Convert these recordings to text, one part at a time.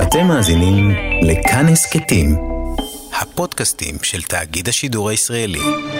אתם מאזינים לכאן הסכתים, הפודקאסטים של תאגיד השידור הישראלי.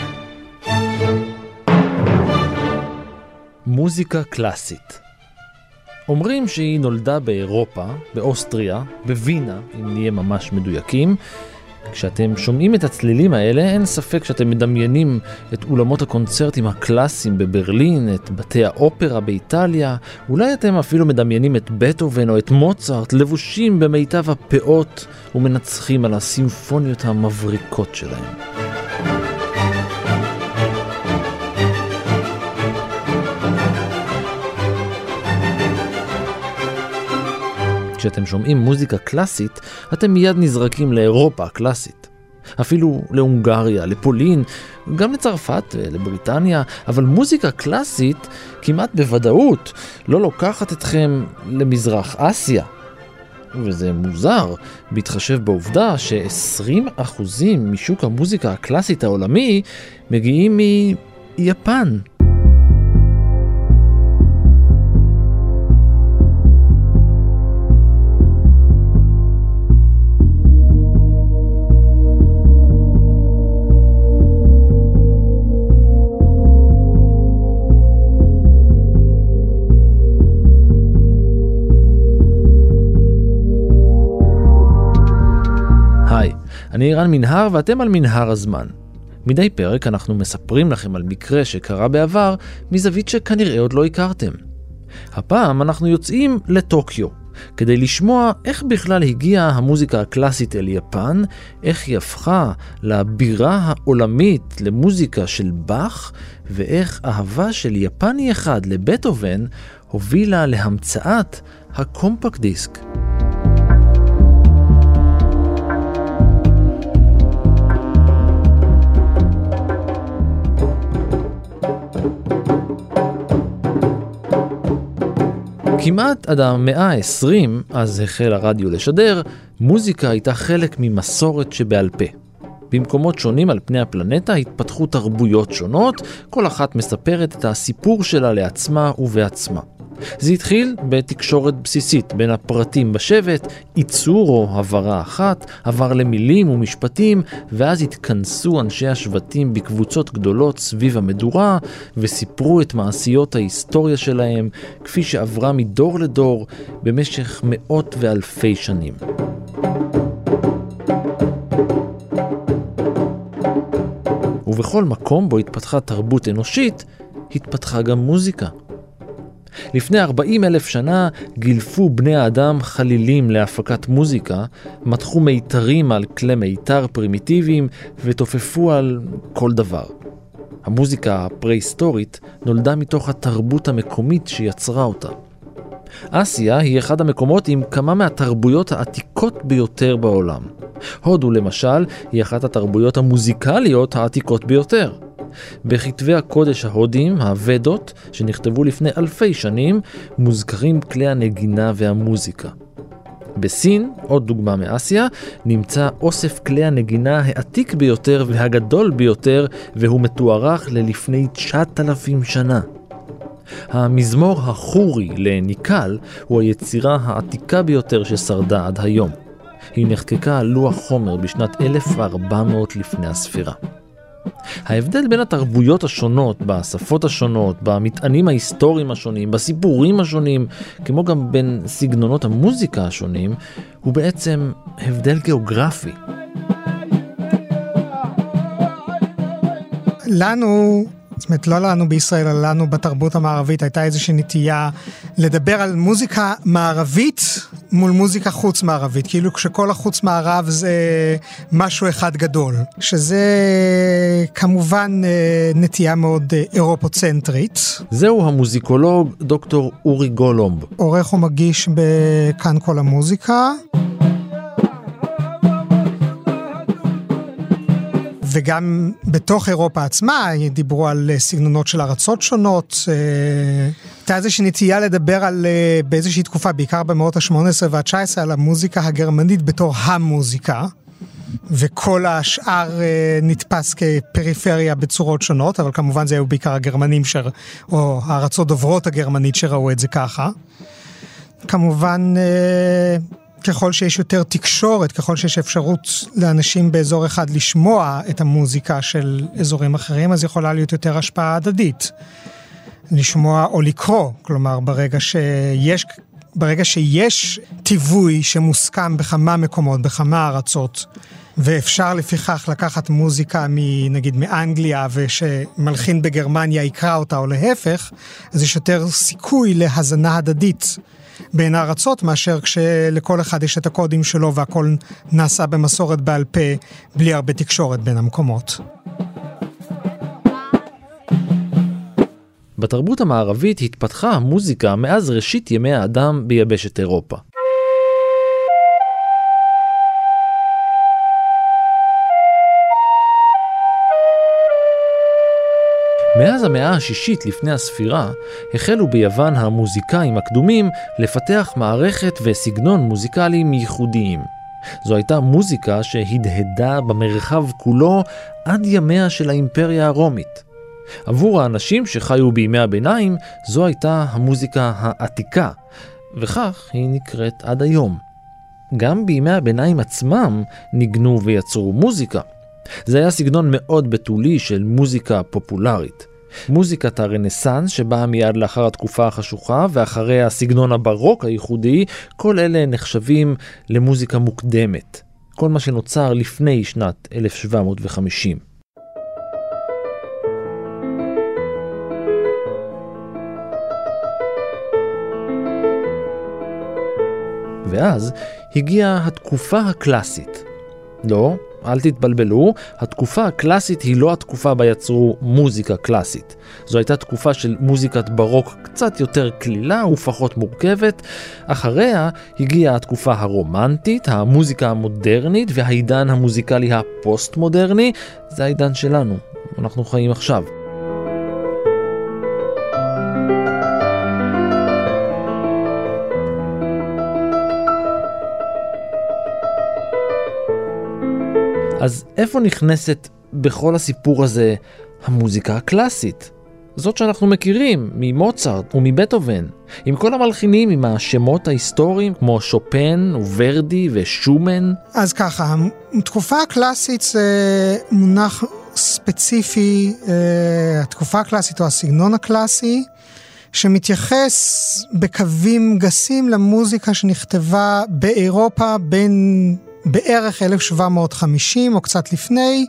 מוזיקה קלאסית. אומרים שהיא נולדה באירופה, באוסטריה, בווינה, אם נהיה ממש מדויקים. כשאתם שומעים את הצלילים האלה, אין ספק שאתם מדמיינים את אולמות הקונצרטים הקלאסיים בברלין, את בתי האופרה באיטליה, אולי אתם אפילו מדמיינים את בטהובן או את מוצרט, לבושים במיטב הפאות ומנצחים על הסימפוניות המבריקות שלהם. כשאתם שומעים מוזיקה קלאסית, אתם מיד נזרקים לאירופה הקלאסית. אפילו להונגריה, לפולין, גם לצרפת ולבריטניה, אבל מוזיקה קלאסית כמעט בוודאות לא לוקחת אתכם למזרח אסיה. וזה מוזר, בהתחשב בעובדה ש20% משוק המוזיקה הקלאסית העולמי מגיעים מיפן. אני אירן מנהר ואתם על מנהר הזמן. מדי פרק אנחנו מספרים לכם על מקרה שקרה בעבר מזווית שכנראה עוד לא הכרתם. הפעם אנחנו יוצאים לטוקיו כדי לשמוע איך בכלל הגיעה המוזיקה הקלאסית אל יפן, איך היא הפכה לבירה העולמית למוזיקה של באך, ואיך אהבה של יפני אחד לבטהובן הובילה להמצאת הקומפקט דיסק. כמעט עד המאה ה-20, אז החל הרדיו לשדר, מוזיקה הייתה חלק ממסורת שבעל פה. במקומות שונים על פני הפלנטה התפתחו תרבויות שונות, כל אחת מספרת את הסיפור שלה לעצמה ובעצמה. זה התחיל בתקשורת בסיסית בין הפרטים בשבט, ייצור או הברה אחת, עבר למילים ומשפטים, ואז התכנסו אנשי השבטים בקבוצות גדולות סביב המדורה, וסיפרו את מעשיות ההיסטוריה שלהם, כפי שעברה מדור לדור במשך מאות ואלפי שנים. ובכל מקום בו התפתחה תרבות אנושית, התפתחה גם מוזיקה. לפני 40,000 שנה גילפו בני האדם חלילים להפקת מוזיקה, מתחו מיתרים על כלי מיתר פרימיטיביים ותופפו על כל דבר. המוזיקה הפרה-היסטורית נולדה מתוך התרבות המקומית שיצרה אותה. אסיה היא אחד המקומות עם כמה מהתרבויות העתיקות ביותר בעולם. הודו למשל היא אחת התרבויות המוזיקליות העתיקות ביותר. בכתבי הקודש ההודים, הוודות, שנכתבו לפני אלפי שנים, מוזכרים כלי הנגינה והמוזיקה. בסין, עוד דוגמה מאסיה, נמצא אוסף כלי הנגינה העתיק ביותר והגדול ביותר, והוא מתוארך ללפני 9,000 שנה. המזמור החורי לניקל הוא היצירה העתיקה ביותר ששרדה עד היום. היא נחקקה על לוח חומר בשנת 1400 לפני הספירה. ההבדל בין התרבויות השונות, בשפות השונות, במטענים ההיסטוריים השונים, בסיפורים השונים, כמו גם בין סגנונות המוזיקה השונים, הוא בעצם הבדל גיאוגרפי. לנו, זאת אומרת, לא לנו בישראל, אלא לנו בתרבות המערבית, הייתה איזושהי נטייה לדבר על מוזיקה מערבית מול מוזיקה חוץ מערבית, כאילו כשכל החוץ מערב זה משהו אחד גדול, שזה כמובן נטייה מאוד אירופוצנטרית. זהו המוזיקולוג דוקטור אורי גולומב. עורך ומגיש בכאן כל המוזיקה. וגם בתוך אירופה עצמה דיברו על סגנונות של ארצות שונות. הייתה איזושהי נטייה לדבר על, באיזושהי תקופה, בעיקר במאות ה-18 וה-19, על המוזיקה הגרמנית בתור המוזיקה, וכל השאר נתפס כפריפריה בצורות שונות, אבל כמובן זה היו בעיקר הגרמנים, או הארצות דוברות הגרמנית שראו את זה ככה. כמובן ככל שיש יותר תקשורת, ככל שיש אפשרות לאנשים באזור אחד לשמוע את המוזיקה של אזורים אחרים, אז יכולה להיות יותר השפעה הדדית. לשמוע או לקרוא, כלומר ברגע שיש טיווי שמוסכם בכמה מקומות, בכמה ארצות, ואפשר לפיכך לקחת מוזיקה נגיד מאנגליה, ושמלחין בגרמניה יקרא אותה או להפך, אז יש יותר סיכוי להזנה הדדית בין הארצות, מאשר כשלכל אחד יש את הקודים שלו, והכל נעשה במסורת בעל פה, בלי הרבה תקשורת בין המקומות. בתרבות המערבית התפתחה המוזיקה מאז ראשית ימי האדם ביבשת אירופה. מאז המאה השישית לפני הספירה, החלו ביוון המוזיקאים הקדומים לפתח מערכת וסגנון מוזיקליים ייחודיים. זו הייתה מוזיקה שהדהדה במרחב כולו עד ימיה של האימפריה הרומית. עבור האנשים שחיו בימי הביניים, זו הייתה המוזיקה העתיקה, וכך היא נקראת עד היום. גם בימי הביניים עצמם ניגנו ויצרו מוזיקה. זה היה סגנון מאוד בתולי של מוזיקה פופולרית. מוזיקת הרנסנס שבאה מיד לאחר התקופה החשוכה ואחרי הסגנון הברוק הייחודי, כל אלה נחשבים למוזיקה מוקדמת. כל מה שנוצר לפני שנת 1750. ואז הגיעה התקופה הקלאסית. לא, אל תתבלבלו, התקופה הקלאסית היא לא התקופה בה יצרו מוזיקה קלאסית. זו הייתה תקופה של מוזיקת ברוק קצת יותר כלילה ופחות מורכבת. אחריה הגיעה התקופה הרומנטית, המוזיקה המודרנית והעידן המוזיקלי הפוסט-מודרני. זה העידן שלנו, אנחנו חיים עכשיו. אז איפה נכנסת בכל הסיפור הזה המוזיקה הקלאסית? זאת שאנחנו מכירים ממוצרט ומבטהובן, עם כל המלחינים עם השמות ההיסטוריים כמו שופן וורדי ושומן. אז ככה, התקופה הקלאסית זה מונח ספציפי, התקופה הקלאסית או הסגנון הקלאסי, שמתייחס בקווים גסים למוזיקה שנכתבה באירופה בין בערך 1750 או קצת לפני,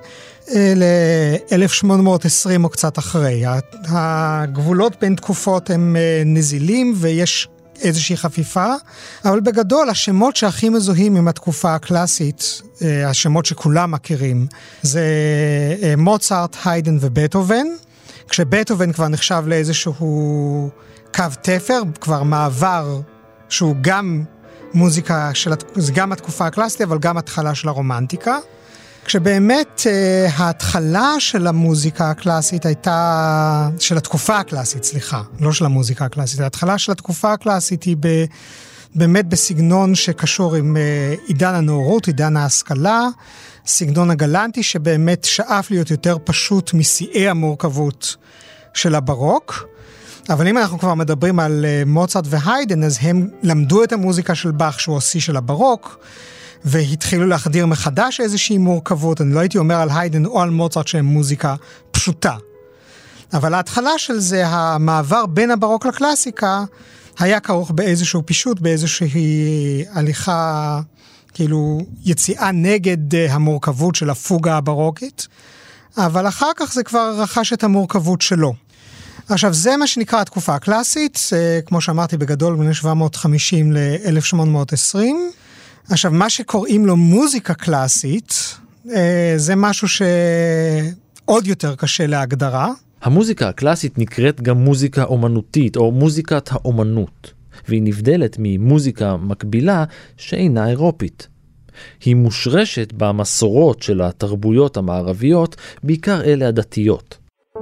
ל-1820 או קצת אחרי. הגבולות בין תקופות הם נזילים ויש איזושהי חפיפה, אבל בגדול השמות שהכי מזוהים עם התקופה הקלאסית, השמות שכולם מכירים, זה מוצרט, היידן ובטהובן, כשבטהובן כבר נחשב לאיזשהו קו תפר, כבר מעבר שהוא גם מוזיקה זה גם התקופה הקלאסית, אבל גם התחלה של הרומנטיקה. כשבאמת ההתחלה של המוזיקה הקלאסית הייתה, של התקופה הקלאסית, סליחה, לא של המוזיקה הקלאסית, ההתחלה של התקופה הקלאסית היא באמת בסגנון שקשור עם עידן הנאורות, עידן ההשכלה, סגנון הגלנטי שבאמת שאף להיות יותר פשוט משיאי המורכבות של הברוק. אבל אם אנחנו כבר מדברים על מוצרט והיידן, אז הם למדו את המוזיקה של באך שהוא השיא של הברוק, והתחילו להחדיר מחדש איזושהי מורכבות. אני לא הייתי אומר על היידן או על מוצרט שהם מוזיקה פשוטה. אבל ההתחלה של זה, המעבר בין הברוק לקלאסיקה, היה כרוך באיזשהו פישוט, באיזושהי הליכה, כאילו יציאה נגד המורכבות של הפוגה הברוקית, אבל אחר כך זה כבר רכש את המורכבות שלו. עכשיו, זה מה שנקרא התקופה הקלאסית, כמו שאמרתי בגדול, בין 1750 ל-1820. עכשיו, מה שקוראים לו מוזיקה קלאסית, זה משהו שעוד יותר קשה להגדרה. המוזיקה הקלאסית נקראת גם מוזיקה אומנותית, או מוזיקת האומנות, והיא נבדלת ממוזיקה מקבילה שאינה אירופית. היא מושרשת במסורות של התרבויות המערביות, בעיקר אלה הדתיות.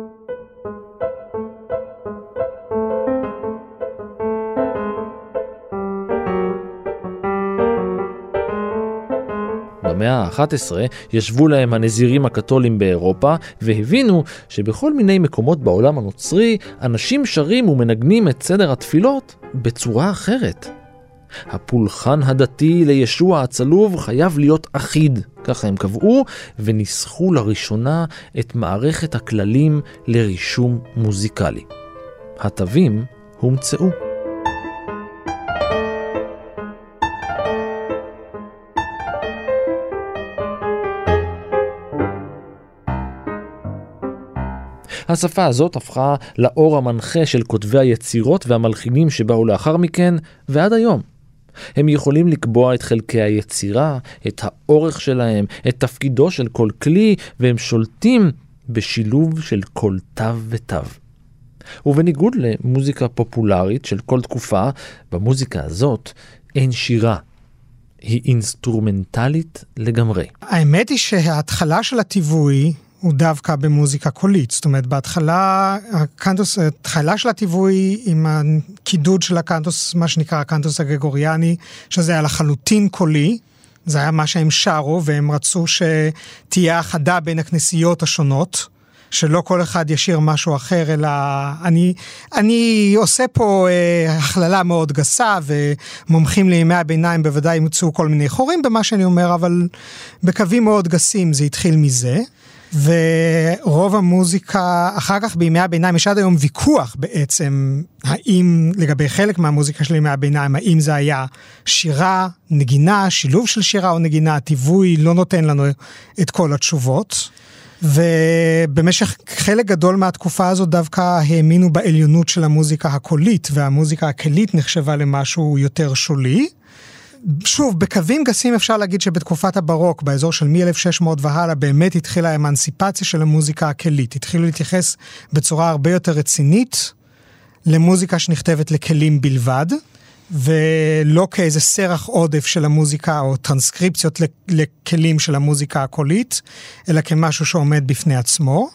במאה ה-11 ישבו להם הנזירים הקתולים באירופה והבינו שבכל מיני מקומות בעולם הנוצרי אנשים שרים ומנגנים את סדר התפילות בצורה אחרת. הפולחן הדתי לישוע הצלוב חייב להיות אחיד, ככה הם קבעו, וניסחו לראשונה את מערכת הכללים לרישום מוזיקלי. התווים הומצאו. השפה הזאת הפכה לאור המנחה של כותבי היצירות והמלחינים שבאו לאחר מכן, ועד היום. הם יכולים לקבוע את חלקי היצירה, את האורך שלהם, את תפקידו של כל כלי, והם שולטים בשילוב של כל תו ותו. ובניגוד למוזיקה פופולרית של כל תקופה, במוזיקה הזאת אין שירה. היא אינסטרומנטלית לגמרי. האמת היא שההתחלה של הטיווי הוא דווקא במוזיקה קולית. זאת אומרת, בהתחלה, ההתחלה של הטיווי עם הקידוד של הקנטוס, מה שנקרא הקנטוס הגרגוריאני, שזה היה לחלוטין קולי, זה היה מה שהם שרו, והם רצו שתהיה החדה בין הכנסיות השונות, שלא כל אחד ישיר משהו אחר, אלא אני עושה פה הכללה מאוד גסה, ומומחים לימי הביניים בוודאי ימצאו כל מיני חורים במה שאני אומר, אבל בקווים מאוד גסים זה התחיל מזה, ורוב המוזיקה, אחר כך בימי הביניים, יש עד היום ויכוח בעצם, האם לגבי חלק מהמוזיקה של ימי הביניים, האם זה היה שירה, נגינה, שילוב של שירה או נגינה, הטיווי לא נותן לנו את כל התשובות, ובמשך חלק גדול מהתקופה הזאת דווקא האמינו בעליונות של המוזיקה הקולית, והמוזיקה הקלית נחשבה למשהו יותר שולי. שוב, בקווים גסים אפשר להגיד שבתקופת הברוק, באזור של מ-1600 והלאה, באמת התחילה האמנסיפציה של המוזיקה הקלית. התחילו להתייחס בצורה הרבה יותר רצינית למוזיקה שנכתבת לכלים בלבד, ולא כאיזה סרח עודף של המוזיקה או טרנסקריפציות לכלים של המוזיקה הקולית, אלא כמשהו שעומד בפני עצמו.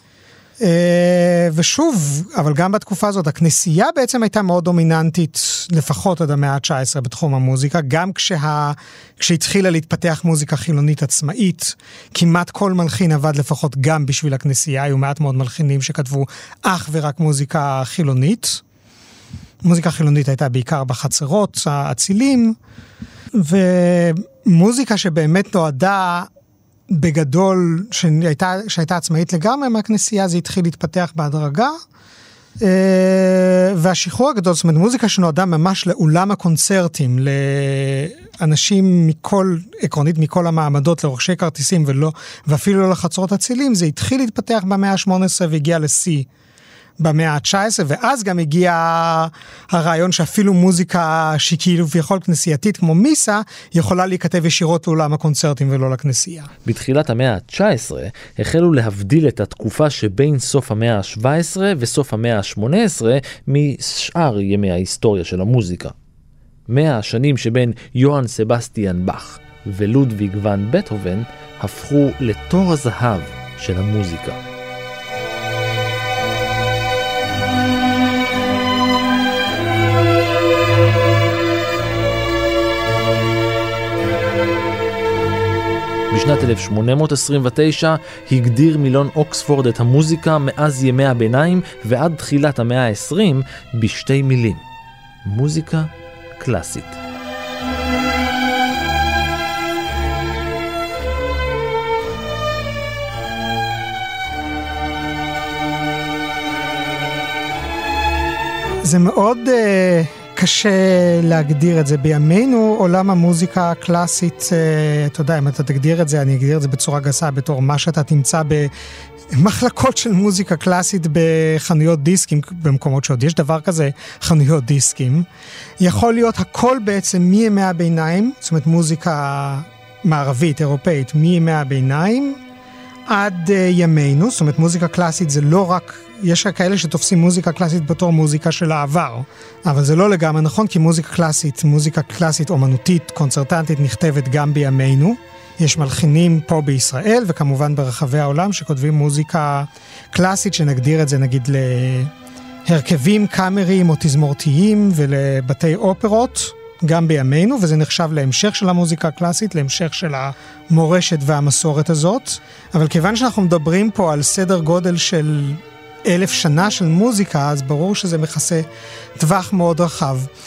ושוב, אבל גם בתקופה הזאת, הכנסייה בעצם הייתה מאוד דומיננטית, לפחות עד המאה ה-19 בתחום המוזיקה, גם כשהתחילה להתפתח מוזיקה חילונית עצמאית, כמעט כל מלחין עבד לפחות גם בשביל הכנסייה, היו מעט מאוד מלחינים שכתבו אך ורק מוזיקה חילונית, מוזיקה חילונית הייתה בעיקר בחצרות, האצילים, ומוזיקה שבאמת נועדה בגדול, שהייתה עצמאית לגמרי מהכנסייה, זה התחיל להתפתח בהדרגה, והשחרור הגדול, זאת אומרת, מוזיקה שנועדה ממש לאולם הקונצרטים, לאנשים עקרונית מכל המעמדות, לרוכשי כרטיסים ואפילו לא לחצרות אצילים, זה התחיל להתפתח במאה ה-18 והגיע לשיא במאה ה-19, ואז גם הגיע הרעיון שאפילו מוזיקה שכאילו ויכול כנסייתית כמו מיסה, יכולה להיכתב ישירות לאולם הקונצרטים ולא לכנסייה. בתחילת המאה ה-19 החלו להבדיל את התקופה שבין סוף המאה ה-17 וסוף המאה ה-18 משאר ימי ההיסטוריה של המוזיקה. 100 השנים שבין יוהאן סבסטיאן באך ולודוויג ואן בטהובן הפכו לתור הזהב של המוזיקה. בשנת 1829 הגדיר מילון אוקספורד את המוזיקה מאז ימי הביניים ועד תחילת המאה ה-20 בשתי מילים: מוזיקה קלאסית. זה מאוד קשה להגדיר את זה בימינו. עולם המוזיקה הקלאסית, אתה יודע, אם אתה תגדיר את זה, אני אגדיר את זה בצורה גסה בתור מה שאתה תמצא במחלקות של מוזיקה קלאסית בחנויות דיסקים, במקומות שעוד יש דבר כזה, חנויות דיסקים. יכול להיות הכל בעצם מימי הביניים, זאת אומרת מוזיקה מערבית, אירופאית, מימי הביניים עד ימינו. זאת אומרת מוזיקה קלאסית זה לא רק, יש כאלה שתופסים מוזיקה קלאסית בתור מוזיקה של העבר, אבל זה לא לגמרי נכון, כי מוזיקה קלאסית אומנותית, קונצרטנטית, נכתבת גם בימינו. יש מלחינים פה בישראל וכמובן ברחבי העולם שכותבים מוזיקה קלאסית, שנגדיר את זה נגיד להרכבים קאמריים או תזמורתיים ולבתי אופרות, גם בימינו, וזה נחשב להמשך של המוזיקה הקלאסית, להמשך של המורשת והמסורת הזאת. אבל כיוון שאנחנו מדברים פה על סדר גודל של 1000 שנה של מוזיקה, אז ברור שזה מכסה טווח מאוד רחב.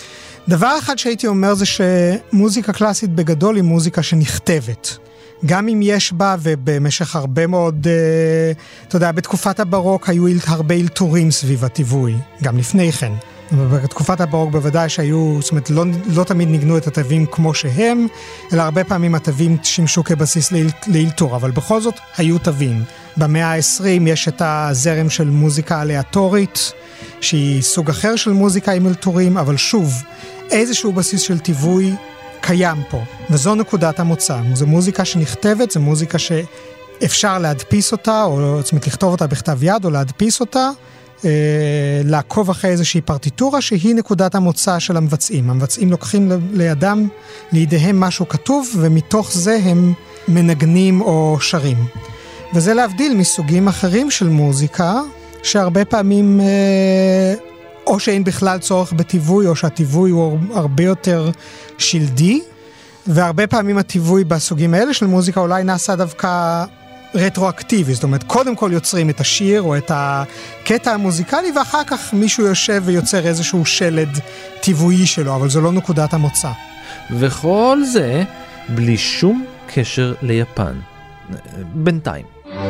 דבר אחד שהייתי אומר זה שמוזיקה קלאסית בגדול היא מוזיקה שנכתבת. גם אם יש בה, ובמשך הרבה מאוד, אתה יודע, בתקופת הברוק היו הרבה אלתורים סביב הטיווי, גם לפני כן. בתקופת הברוק בוודאי שהיו, זאת אומרת, לא תמיד ניגנו את התווים כמו שהם, אלא הרבה פעמים התווים שימשו כבסיס לאלתור, אבל בכל זאת היו תווים. במאה ה-20 יש את הזרם של מוזיקה אלטורית, שהיא סוג אחר של מוזיקה עם אלתורים, אבל שוב, איזשהו בסיס של טיווי קיים פה, וזו נקודת המוצא. זו מוזיקה שנכתבת, זו מוזיקה שאפשר להדפיס אותה, או זאת אומרת, לכתוב אותה בכתב יד, או להדפיס אותה, לעקוב אחרי איזושהי פרטיטורה שהיא נקודת המוצא של המבצעים. המבצעים לוקחים לידיהם משהו כתוב, ומתוך זה הם מנגנים או שרים. וזה להבדיל מסוגים אחרים של מוזיקה, שהרבה פעמים או שאין בכלל צורך בטיווי, או שהטיווי הוא הרבה יותר שלדי, והרבה פעמים הטיווי בסוגים האלה של מוזיקה אולי נעשה דווקא רטרואקטיבי, זאת אומרת, קודם כל יוצרים את השיר או את הקטע המוזיקלי, ואחר כך מישהו יושב ויוצר איזשהו שלד טיווי שלו, אבל זו לא נקודת המוצא. וכל זה בלי שום קשר ליפן. בינתיים.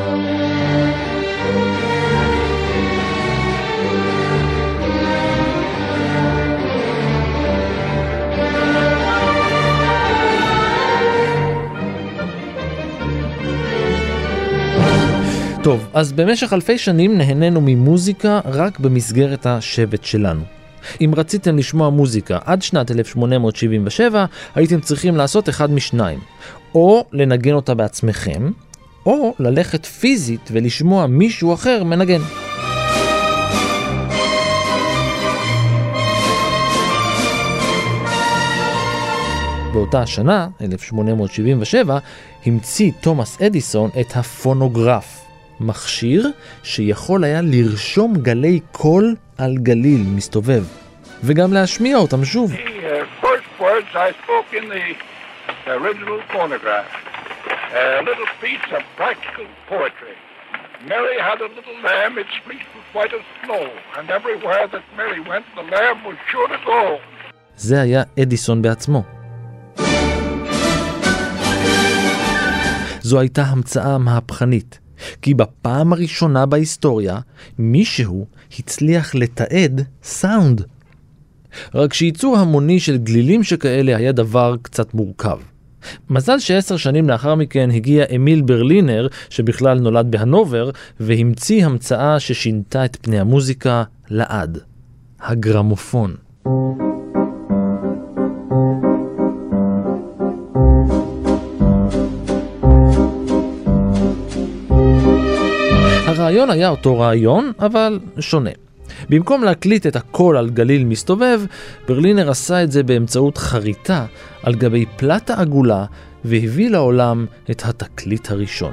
טוב, אז במשך אלפי שנים נהנינו ממוזיקה רק במסגרת השבט שלנו. אם רציתם לשמוע מוזיקה עד שנת 1877, הייתם צריכים לעשות אחד משניים. או לנגן אותה בעצמכם, או ללכת פיזית ולשמוע מישהו אחר מנגן. באותה השנה, 1877, המציא תומאס אדיסון את הפונוגרף. מכשיר שיכול היה לרשום גלי קול על גליל מסתובב, וגם להשמיע אותם שוב. The first words I spoke in the original phonograph, a little piece of practical poetry. Mary had a little lamb, its fleece was white as snow, and everywhere that Mary went, the lamb was sure to go. זה היה אדיסון בעצמו. זו הייתה המצאה מהפכנית. כי בפעם הראשונה בהיסטוריה, מישהו הצליח לתעד סאונד. רק שייצור המוני של גלילים שכאלה היה דבר קצת מורכב. מזל ש10 שנים לאחר מכן הגיע אמיל ברלינר, שבכלל נולד בהנובר, והמציא המצאה ששינתה את פני המוזיקה לעד. הגרמופון. הרעיון היה אותו רעיון, אבל שונה. במקום להקליט את הקול על גליל מסתובב, ברלינר עשה את זה באמצעות חריטה על גבי פלטה עגולה, והביא לעולם את התקליט הראשון.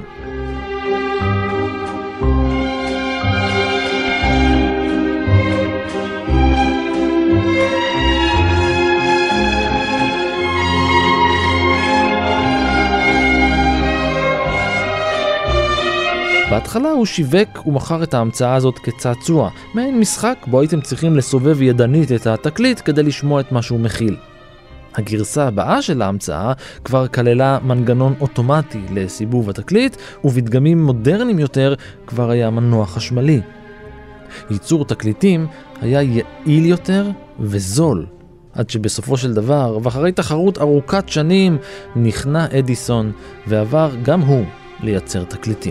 בהתחלה הוא שיווק ומכר את ההמצאה הזאת כצעצוע, מעין משחק בו הייתם צריכים לסובב ידנית את התקליט כדי לשמוע את מה שהוא מכיל. הגרסה הבאה של ההמצאה כבר כללה מנגנון אוטומטי לסיבוב התקליט, ובדגמים מודרניים יותר כבר היה מנוע חשמלי. ייצור תקליטים היה יעיל יותר וזול, עד שבסופו של דבר, ואחרי תחרות ארוכת שנים, נכנע אדיסון ועבר גם הוא לייצר תקליטים.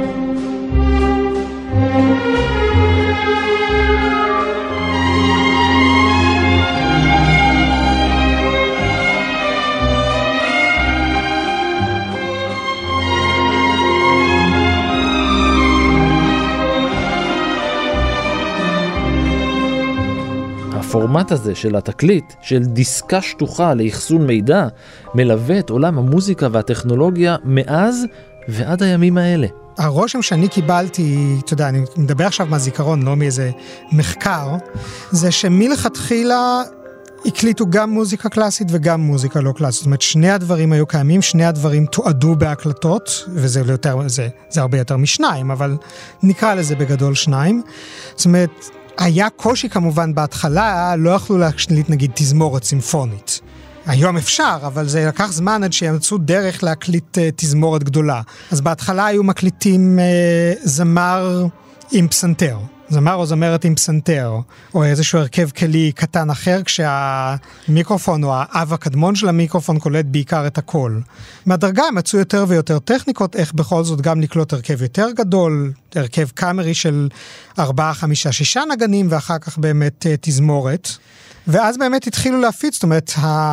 הפורמט הזה של התקליט, של דיסקה שטוחה לאחסון מידע, מלווה את עולם המוזיקה והטכנולוגיה מאז ועד הימים האלה. הרושם שאני קיבלתי, אתה יודע, אני מדבר עכשיו מהזיכרון, לא מאיזה מחקר, זה שמלכתחילה הקליטו גם מוזיקה קלאסית וגם מוזיקה לא קלאסית. זאת אומרת, שני הדברים היו קיימים, שני הדברים תועדו בהקלטות, וזה יותר, זה הרבה יותר משניים, אבל נקרא לזה בגדול שניים. זאת אומרת, היה קושי כמובן בהתחלה, לא יכלו להקליט נגיד תזמורת סימפונית. היום אפשר, אבל זה לקח זמן עד שימצאו דרך להקליט תזמורת גדולה. אז בהתחלה היו מקליטים זמר עם פסנתר. זמר או זמרת עם פסנתר, או איזשהו הרכב כלי קטן אחר, כשהמיקרופון או האב הקדמון של המיקרופון קולט בעיקר את הקול. מהדרגה הם מצאו יותר ויותר טכניקות, איך בכל זאת גם לקלוט הרכב יותר גדול, הרכב קאמרי של 4, 5, 6 נגנים, ואחר כך באמת תזמורת. ואז באמת התחילו להפיץ, זאת אומרת,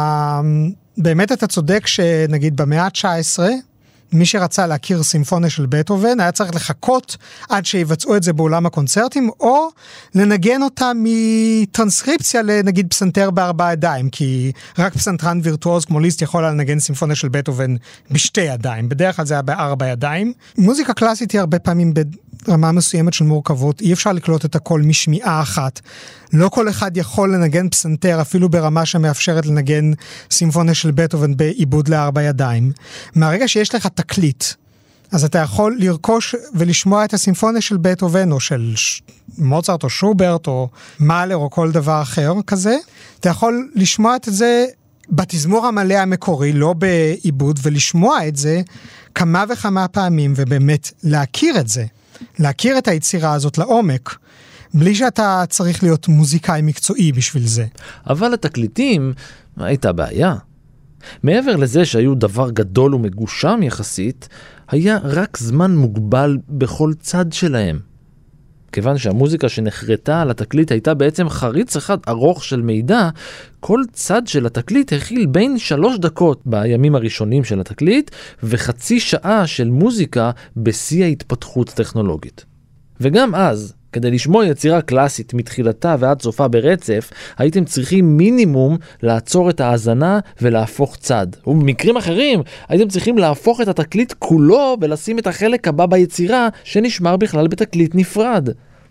באמת אתה צודק שנגיד במאה ה-19, מי שרצה להכיר סימפוניה של בטהובן, היה צריך לחכות עד שיבצעו את זה באולם הקונצרטים, או לנגן אותה מטרנסקריפציה לנגיד פסנתר ב4 ידיים, כי רק פסנתרן וירטואוז כמו ליסט יכול לנגן סימפוניה של בטהובן בשתי ידיים, בדרך כלל זה היה ב4 ידיים. מוזיקה קלאסית היא הרבה פעמים ברמה מסוימת של מורכבות, אי אפשר לקלוט את הכל משמיעה אחת. לא כל אחד יכול לנגן פסנתר, אפילו ברמה שמאפשרת לנגן סימפוניה של בטהובן בעיבוד ל4 ידיים. מהרגע שיש לך תקליט, אז אתה יכול לרכוש ולשמוע את הסימפוניה של בטהובן, או של מוצרט, או שוברט, או מאלר, או כל דבר אחר כזה. אתה יכול לשמוע את זה בתזמור המלא המקורי, לא בעיבוד, ולשמוע את זה כמה וכמה פעמים, ובאמת להכיר את זה. להכיר את היצירה הזאת לעומק, בלי שאתה צריך להיות מוזיקאי מקצועי בשביל זה. אבל התקליטים הייתה בעיה. מעבר לזה שהיו דבר גדול ומגושם יחסית, היה רק זמן מוגבל בכל צד שלהם. כיוון שהמוזיקה שנחרטה על התקליט הייתה בעצם חריץ אחד ארוך של מידע, כל צד של התקליט הכיל בין 3 דקות בימים הראשונים של התקליט, וחצי שעה של מוזיקה בשיא ההתפתחות הטכנולוגית. וגם אז, כדי לשמוע יצירה קלאסית מתחילתה ועד סופה ברצף, הייתם צריכים מינימום לעצור את ההאזנה ולהפוך צד. ובמקרים אחרים, הייתם צריכים להפוך את התקליט כולו ולשים את החלק הבא ביצירה שנשמר בכלל בתקליט נפרד.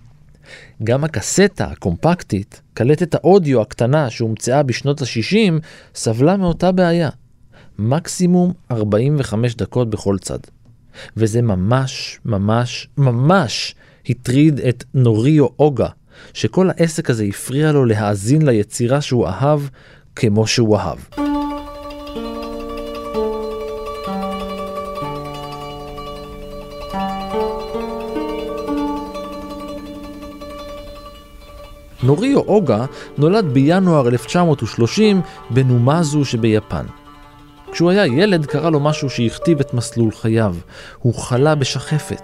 גם הקסטה הקומפקטית, קלטת האודיו הקטנה שהומצאה בשנות ה-60, סבלה מאותה בעיה. מקסימום 45 דקות בכל צד. וזה ממש הטריד את נוריו אוגה, שכל העסק הזה הפריע לו להאזין ליצירה שהוא אהב כמו שהוא אהב. נוריו אוגה נולד בינואר 1930 בנומזו שביפן. כשהוא היה ילד קרה לו משהו שהכתיב את מסלול חייו. הוא חלה בשחפת.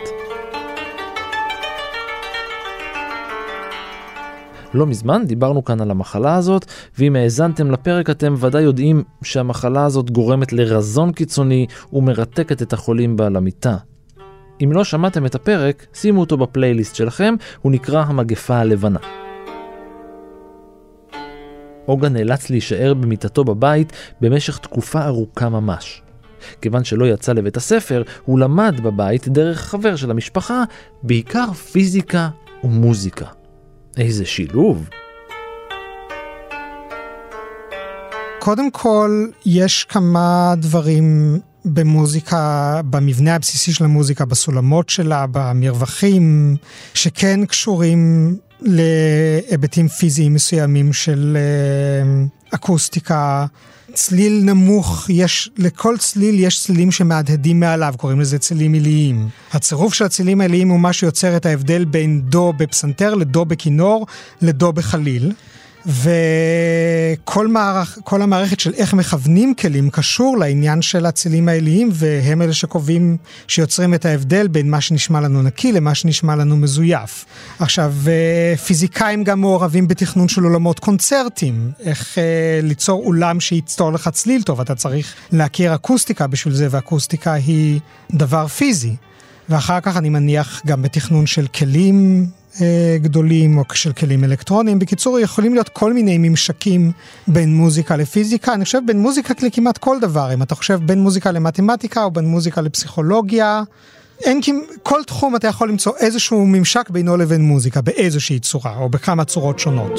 לא מזמן דיברנו כאן על המחלה הזאת, ואם האזנתם לפרק אתם ודאי יודעים שהמחלה הזאת גורמת לרזון קיצוני ומרתקת את החולים בה למיטה. אם לא שמעתם את הפרק, שימו אותו בפלייליסט שלכם, הוא נקרא המגפה הלבנה. אוגה נאלץ להישאר במיטתו בבית במשך תקופה ארוכה ממש. כיוון שלא יצא לבית הספר, הוא למד בבית דרך חבר של המשפחה, בעיקר פיזיקה ומוזיקה. איזה שילוב. קודם כל, יש כמה דברים במוזיקה, במבנה הבסיסי של המוזיקה, בסולמות שלה, במרווחים, שכן קשורים להיבטים פיזיים מסוימים של אקוסטיקה. צליל נמוך, לכל צליל יש צלילים שמהדהדים מעליו, קוראים לזה צלילים עיליים. הצירוף של הצלילים העיליים הוא מה שיוצר את ההבדל בין דו בפסנתר לדו בכינור לדו בחליל. וכל המערכת של איך מכוונים כלים קשור לעניין של הצלילים העיליים, והם אלה שקובעים שיוצרים את ההבדל בין מה שנשמע לנו נקי למה שנשמע לנו מזויף. עכשיו, פיזיקאים גם מעורבים בתכנון של עולמות קונצרטים, איך ליצור אולם שיצטור לך צליל טוב, אתה צריך להכיר אקוסטיקה בשביל זה, ואקוסטיקה היא דבר פיזי. ואחר כך אני מניח גם בתכנון של כלים גדולים או של כלים אלקטרוניים. בקיצור, יכולים להיות כל מיני ממשקים בין מוזיקה לפיזיקה. אני חושב בין מוזיקה לכמעט כל דבר. אם אתה חושב בין מוזיקה למתמטיקה או בין מוזיקה לפסיכולוגיה, כל תחום אתה יכול למצוא איזשהו ממשק בינו לבין מוזיקה באיזושהי צורה או בכמה צורות שונות.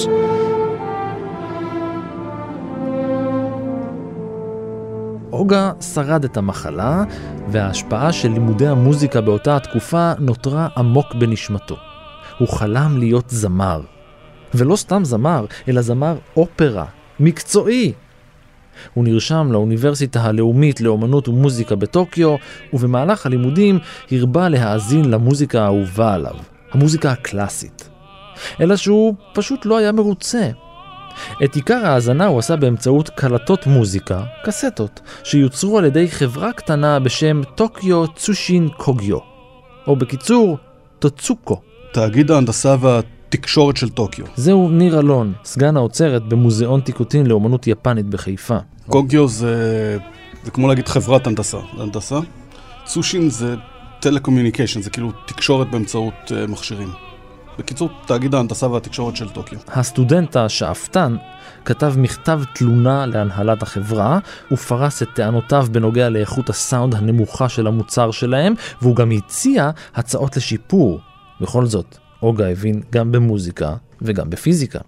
אוגה שרד את המחלה, וההשפעה של לימודי המוזיקה באותה התקופה נותרה עמוק בנשמתו. הוא חלם להיות זמר. ולא סתם זמר, אלא זמר אופרה, מקצועי. הוא נרשם לאוניברסיטה הלאומית לאומנות ומוזיקה בטוקיו, ובמהלך הלימודים הרבה להאזין למוזיקה האהובה עליו, המוזיקה הקלאסית. אלא שהוא פשוט לא היה מרוצה. את עיקר ההאזנה הוא עשה באמצעות קלטות מוזיקה, קסטות, שיוצרו על ידי חברה קטנה בשם טוקיו צושין קוגיו, או בקיצור, טוצוקו. תאגיד ההנדסה והתקשורת של טוקיו. זהו ניר אלון, סגן האוצרת במוזיאון טיקוטין לאומנות יפנית בחיפה. קוגיו זה כמו להגיד חברת הנדסה. צושין זה טלקומיוניקיישן, זה כאילו תקשורת באמצעות מכשירים. בקיצור, תאגיד ההנדסה והתקשורת של טוקיו. הסטודנט השאפתן כתב מכתב תלונה להנהלת החברה, ופרס את טענותיו בנוגע לאיכות הסאונד הנמוכה של המוצר שלהם, והוא גם הציע הצעות לשיפור. בכל זאת, אוגה הבין גם במוזיקה וגם בפיזיקה.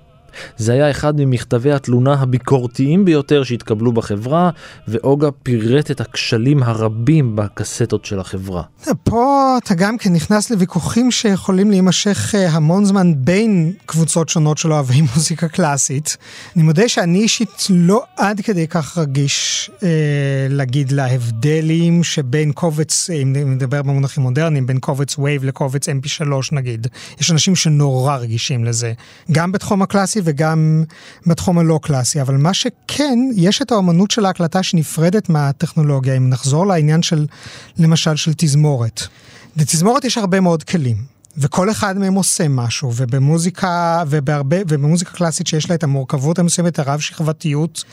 זה היה אחד ממכתבי התלונה הביקורתיים ביותר שהתקבלו בחברה, ואוגה פירט את הכשלים הרבים בקסטות של החברה. פה אתה גם כן נכנס לוויכוחים שיכולים להימשך המון זמן בין קבוצות שונות של אוהבי מוזיקה קלאסית. אני מודה שאני אישית לא עד כדי כך רגיש להגיד להבדלים שבין קובץ, אם נדבר במונחים מודרניים, בין קובץ וייב לקובץ MP3 נגיד. יש אנשים שנורא רגישים לזה, גם בתחום הקלאסי וגם בתחום הלא קלאסי, אבל מה שכן, יש את האמנות של ההקלטה שנפרדת מהטכנולוגיה, אם נחזור לעניין של, למשל, של תזמורת. בתזמורת יש הרבה מאוד כלים, וכל אחד מהם עושה משהו, ובמוזיקה קלאסית שיש לה את המורכבות המסוימת, הרב שכבתיות,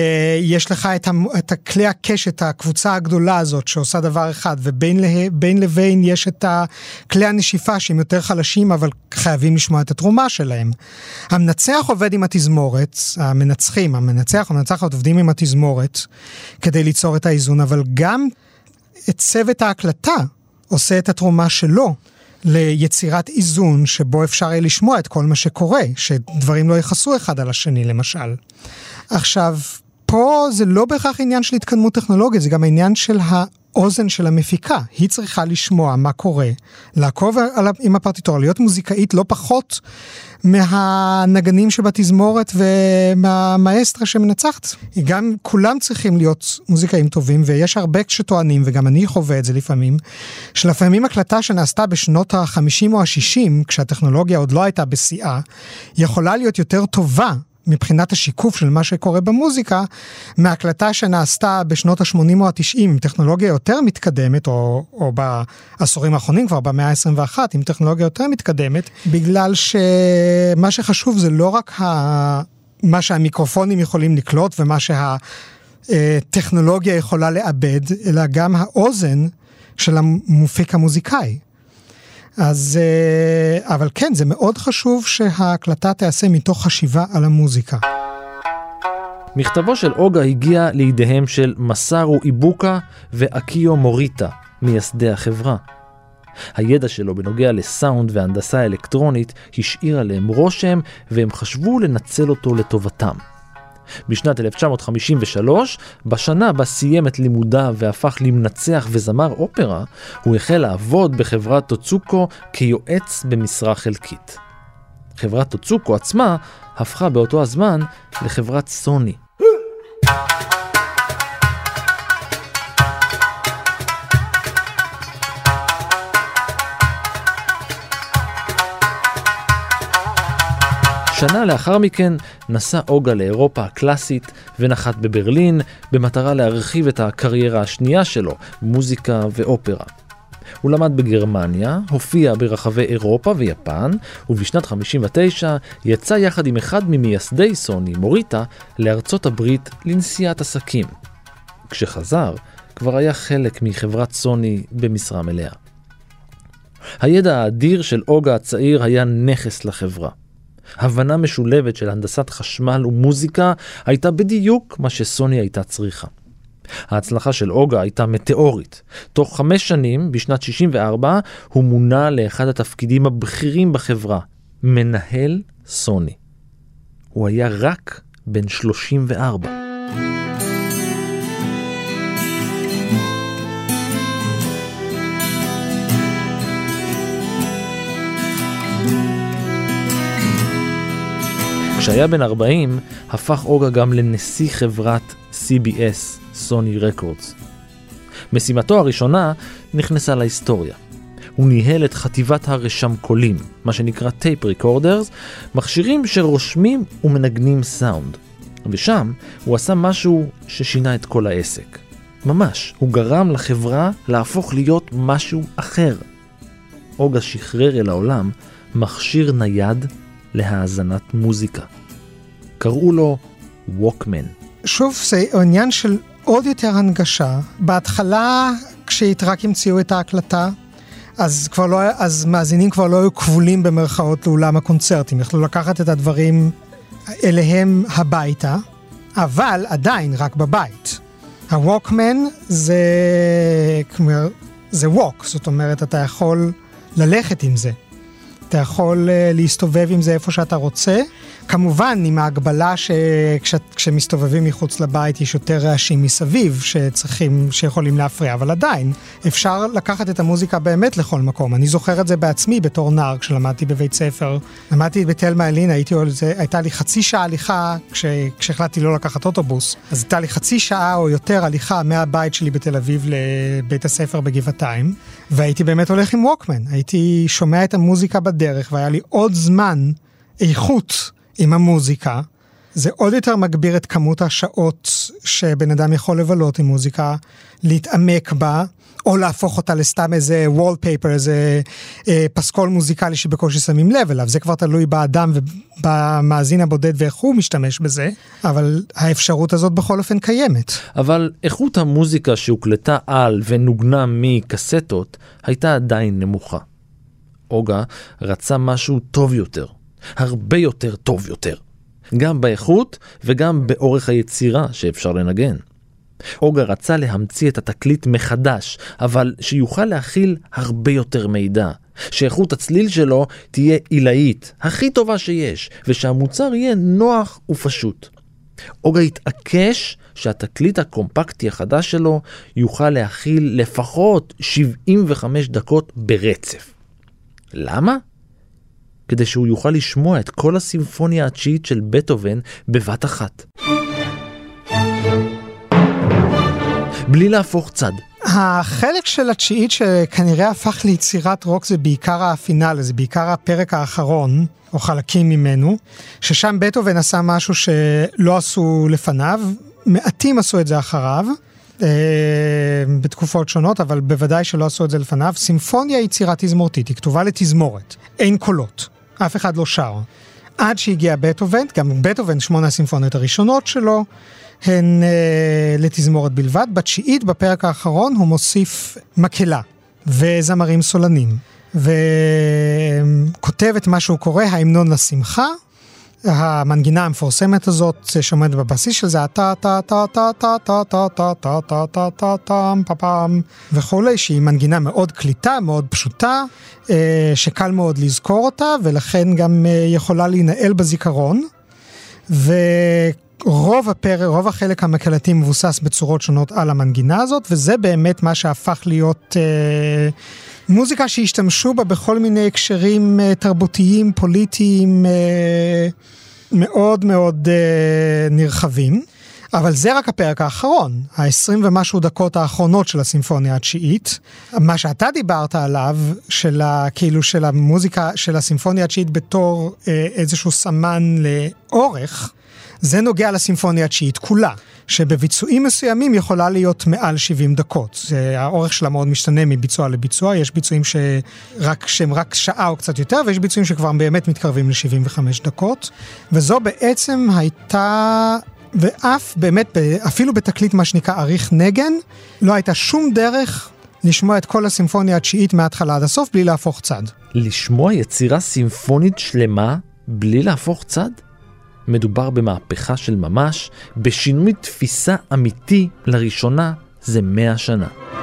יש לך את הכלי הקשת, הקבוצה הגדולה הזאת שעושה דבר אחד, ובין לבין יש את הכלי הנשיפה שהם יותר חלשים, אבל חייבים לשמוע את התרומה שלהם. המנצח עובד עם התזמורת, המנצחת עובדים עם התזמורת, כדי ליצור את האיזון, אבל גם את צוות ההקלטה עושה את התרומה שלו, ליצירת איזון שבו אפשר יהיה לשמוע את כל מה שקורה, שדברים לא יחסו אחד על השני למשל. עכשיו, פה זה לא בהכרח עניין של התקדמות טכנולוגית, זה גם העניין של האוזן של המפיקה. היא צריכה לשמוע מה קורה, לעקוב עם הפרטיטורה, להיות מוזיקאית לא פחות מהנגנים שבתזמורת ומהמאסטרה שמנצחת. גם כולם צריכים להיות מוזיקאים טובים, ויש הרבה שטוענים, וגם אני חווה את זה לפעמים, שלפעמים הקלטה שנעשתה בשנות ה-50 או ה-60, כשהטכנולוגיה עוד לא הייתה בשיאה, יכולה להיות יותר טובה, מבחינת השיקוף של מה שקורה במוזיקה, מהקלטה שנעשתה בשנות ה-80 או ה-90, עם טכנולוגיה יותר מתקדמת, או בעשורים האחרונים, כבר במאה ה-21, עם טכנולוגיה יותר מתקדמת, בגלל שמה שחשוב זה לא רק מה שהמיקרופונים יכולים לקלוט, ומה שהטכנולוגיה יכולה לאבד, אלא גם האוזן של המופיק המוזיקאי. אז, אבל כן, זה מאוד חשוב שההקלטה תעשה מתוך חשיבה על המוזיקה. מכתבו של אוגה הגיע לידיהם של מסארו איבוקה ואקיו מוריטה, מייסדי החברה. הידע שלו בנוגע לסאונד והנדסה אלקטרונית השאיר עליהם רושם, והם חשבו לנצל אותו לטובתם. בשנת 1953, בשנה בה סיים את לימודיו והפך למנצח וזמר אופרה, הוא החל לעבוד בחברת טוצוקו כיועץ במשרה חלקית. חברת טוצוקו עצמה הפכה באותו הזמן לחברת סוני. שנה לאחר מכן נסע אוגה לאירופה הקלאסית ונחת בברלין במטרה להרחיב את הקריירה השנייה שלו, מוזיקה ואופרה. הוא למד בגרמניה, הופיע ברחבי אירופה ויפן, ובשנת 59 יצא יחד עם אחד ממייסדי סוני, מוריטה, לארצות הברית לנסיעת עסקים. כשחזר, כבר היה חלק מחברת סוני במשרה מלאה. הידע האדיר של אוגה הצעיר היה נכס לחברה. הבנה משולבת של הנדסת חשמל ומוזיקה הייתה בדיוק מה שסוני הייתה צריכה. ההצלחה של אוגה הייתה מטאורית. תוך 5 שנים, בשנת 64, הוא מונה לאחד התפקידים הבכירים בחברה, מנהל סוני. הוא היה רק בן 34. כשהיה בן 40, הפך אוגה גם לנשיא חברת CBS, סוני רקורדס. משימתו הראשונה נכנסה להיסטוריה. הוא ניהל את חטיבת הרשמקולים, מה שנקרא טייפ ריקורדרס, מכשירים שרושמים ומנגנים סאונד. ושם הוא עשה משהו ששינה את כל העסק. ממש, הוא גרם לחברה להפוך להיות משהו אחר. אוגה שחרר אל העולם מכשיר נייד להאזנת מוזיקה. קראו לו ווקמן. שוב, זה עניין של עוד יותר הנגשה. בהתחלה, כשהתרק המציאו את ההקלטה, אז מאזינים כבר לא היו כבולים במרכאות לאולם הקונצרטים. יכלו לקחת את הדברים אליהם הביתה, אבל עדיין רק בבית. הווקמן זה ווק, זאת אומרת, אתה יכול ללכת עם זה. אתה יכול להסתובב עם זה איפה שאתה רוצה. כמובן, עם ההגבלה שכשמסתובבים מחוץ לבית יש יותר רעשים מסביב שיכולים להפריע, אבל עדיין אפשר לקחת את המוזיקה באמת לכל מקום. אני זוכר את זה בעצמי בתור נער כשלמדתי בבית ספר. למדתי בתלמה אלינה, הייתה לי חצי שעה הליכה כשהחלטתי לא לקחת אוטובוס. אז הייתה לי חצי שעה או יותר הליכה מהבית שלי בתל אביב לבית הספר בגבעתיים, והייתי באמת הולך עם ווקמן. הייתי שומע את המוזיקה בדרך, והיה לי עוד זמן איכות עם המוזיקה. זה עוד יותר מגביר את כמות השעות שבן אדם יכול לבלות עם מוזיקה, להתעמק בה, או להפוך אותה לסתם איזה וולפייפר, איזה פסקול מוזיקלי שבקושי שמים לב אליו. זה כבר תלוי באדם ובמאזין הבודד ואיך הוא משתמש בזה, אבל האפשרות הזאת בכל אופן קיימת. אבל איכות המוזיקה שהוקלטה על ונוגנה מקסטות הייתה עדיין נמוכה. אוגה רצה משהו טוב יותר. הרבה יותר טוב יותר. גם באיכות וגם באורך היצירה שאפשר לנגן. אוגה רצה להמציא את התקליט מחדש, אבל שיוכל להכיל הרבה יותר מידע. שאיכות הצליל שלו תהיה עילאית, הכי טובה שיש, ושהמוצר יהיה נוח ופשוט. אוגה התעקש שהתקליט הקומפקטי החדש שלו יוכל להכיל לפחות 75 דקות ברצף. למה? כדי שהוא יוכל לשמוע את כל הסימפוניה התשיעית של בטהובן בבת אחת. בלי להפוך צד. החלק של התשיעית שכנראה הפך ליצירת רוק זה בעיקר הפינאל, זה בעיקר הפרק האחרון, או חלקים ממנו, ששם בטהובן עשה משהו שלא עשו לפניו, מעטים עשו את זה אחריו, בתקופות שונות, אבל בוודאי שלא עשו את זה לפניו. סימפוניה היא יצירה תזמורתית, היא כתובה לתזמורת, אין קולות, אף אחד לא שר. עד שהגיע בטהובן, גם בטהובן 8 הסימפוניות הראשונות שלו, הן לתזמורת בלבד. בתשיעית, בפרק האחרון, הוא מוסיף מקהלה וזמרים סולנים, וכותב את מה שהוא קורא ההמנון לשמחה. המנגינה המפורסמת הזאת שעומדת בבסיס של זה, טה טה טה טה טה טה טה טה טה טה טה טה טה פפם וכולי, שהיא מנגינה מאוד קליטה, מאוד פשוטה, שקל מאוד לזכור אותה, ולכן גם יכולה להינעל בזיכרון, רוב החלק המקלטי מבוסס בצורות שונות על המנגינה הזאת, וזה באמת מה שהפך להיות מוזיקה שהשתמשו בה בכל מיני הקשרים תרבותיים, פוליטיים, מאוד מאוד נרחבים. אבל זה רק הפרק האחרון, 20 ומשהו דקות האחרונות של הסימפוניה התשיעית. מה שאתה דיברת עליו, כאילו של המוזיקה של הסימפוניה התשיעית בתור איזשהו סמן לאורך, זה נוגע לסימפוניה התשיעית כולה, שבביצועים מסוימים יכולה להיות מעל 70 דקות. האורך שלה מאוד משתנה מביצוע לביצוע, יש ביצועים שהם רק שעה או קצת יותר, ויש ביצועים שכבר באמת מתקרבים ל-75 דקות, וזו בעצם הייתה, ואף באמת, אפילו בתקליט מה שנקרא עריך נגן, לא הייתה שום דרך לשמוע את כל הסימפוניה התשיעית מההתחלה עד הסוף בלי להפוך צד. לשמוע יצירה סימפונית שלמה בלי להפוך צד? מדובר במהפכה של ממש, בשינוי תפיסה אמיתי לראשונה זה 100 שנה.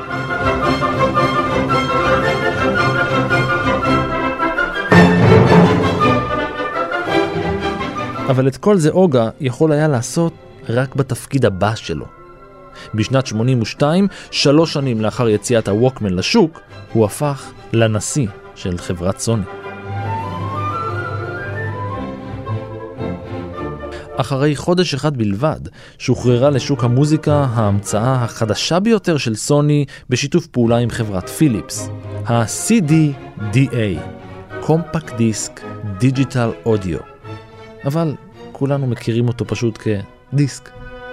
אבל את כל זה אוגה יכול היה לעשות רק בתפקיד הבא שלו. בשנת 82, 3 שנים לאחר יציאת הווקמן לשוק, הוא הפך לנשיא של חברת סוני. אחרי חודש אחד בלבד, שוחררה לשוק המוזיקה ההמצאה החדשה ביותר של סוני בשיתוף פעולה עם חברת פיליפס, ה-CDDA, Compact Disc Digital Audio. אבל כולנו מכירים אותו פשוט כדיסק.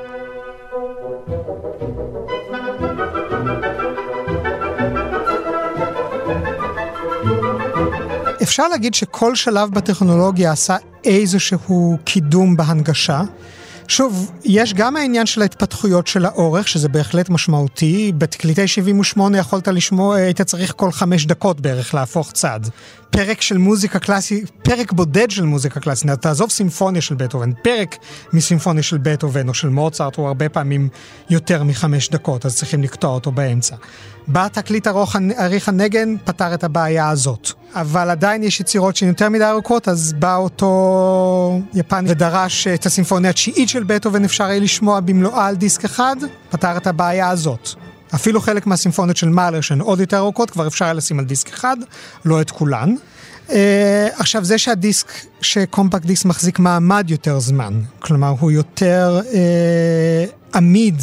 אפשר להגיד שכל שלב בטכנולוגיה עשה איזשהו קידום בהנגשה. שוב, יש גם העניין של ההתפתחויות של האורך, שזה בהחלט משמעותי. בתקליטי 78 יכולת לשמוע, היית צריך כל 5 דקות בערך להפוך צד. פרק של מוזיקה קלאסית, פרק בודד של מוזיקה קלאסית, תעזוב סימפוניה של בטהובן, פרק מסימפוניה של בטהובן או של מוצרט הוא הרבה פעמים יותר מ5 דקות, אז צריכים לקטוע אותו באמצע. בתקליט אריך הנגן פתר את הבעיה הזאת. אבל עדיין יש יצירות שהן יותר מדי ארוכות, אז בא אותו יפני ודרש את הסימפוניה התשיעית של בטהובן, אפשר היה לשמוע במלואה על דיסק אחד, פתר את הבעיה הזאת. אפילו חלק מהסימפוניות של מאלר שהן עוד יותר ארוכות, כבר אפשר היה לשים על דיסק אחד, לא את כולן. עכשיו זה שהדיסק, שקומפקט דיסק מחזיק מעמד יותר זמן, כלומר הוא יותר עמיד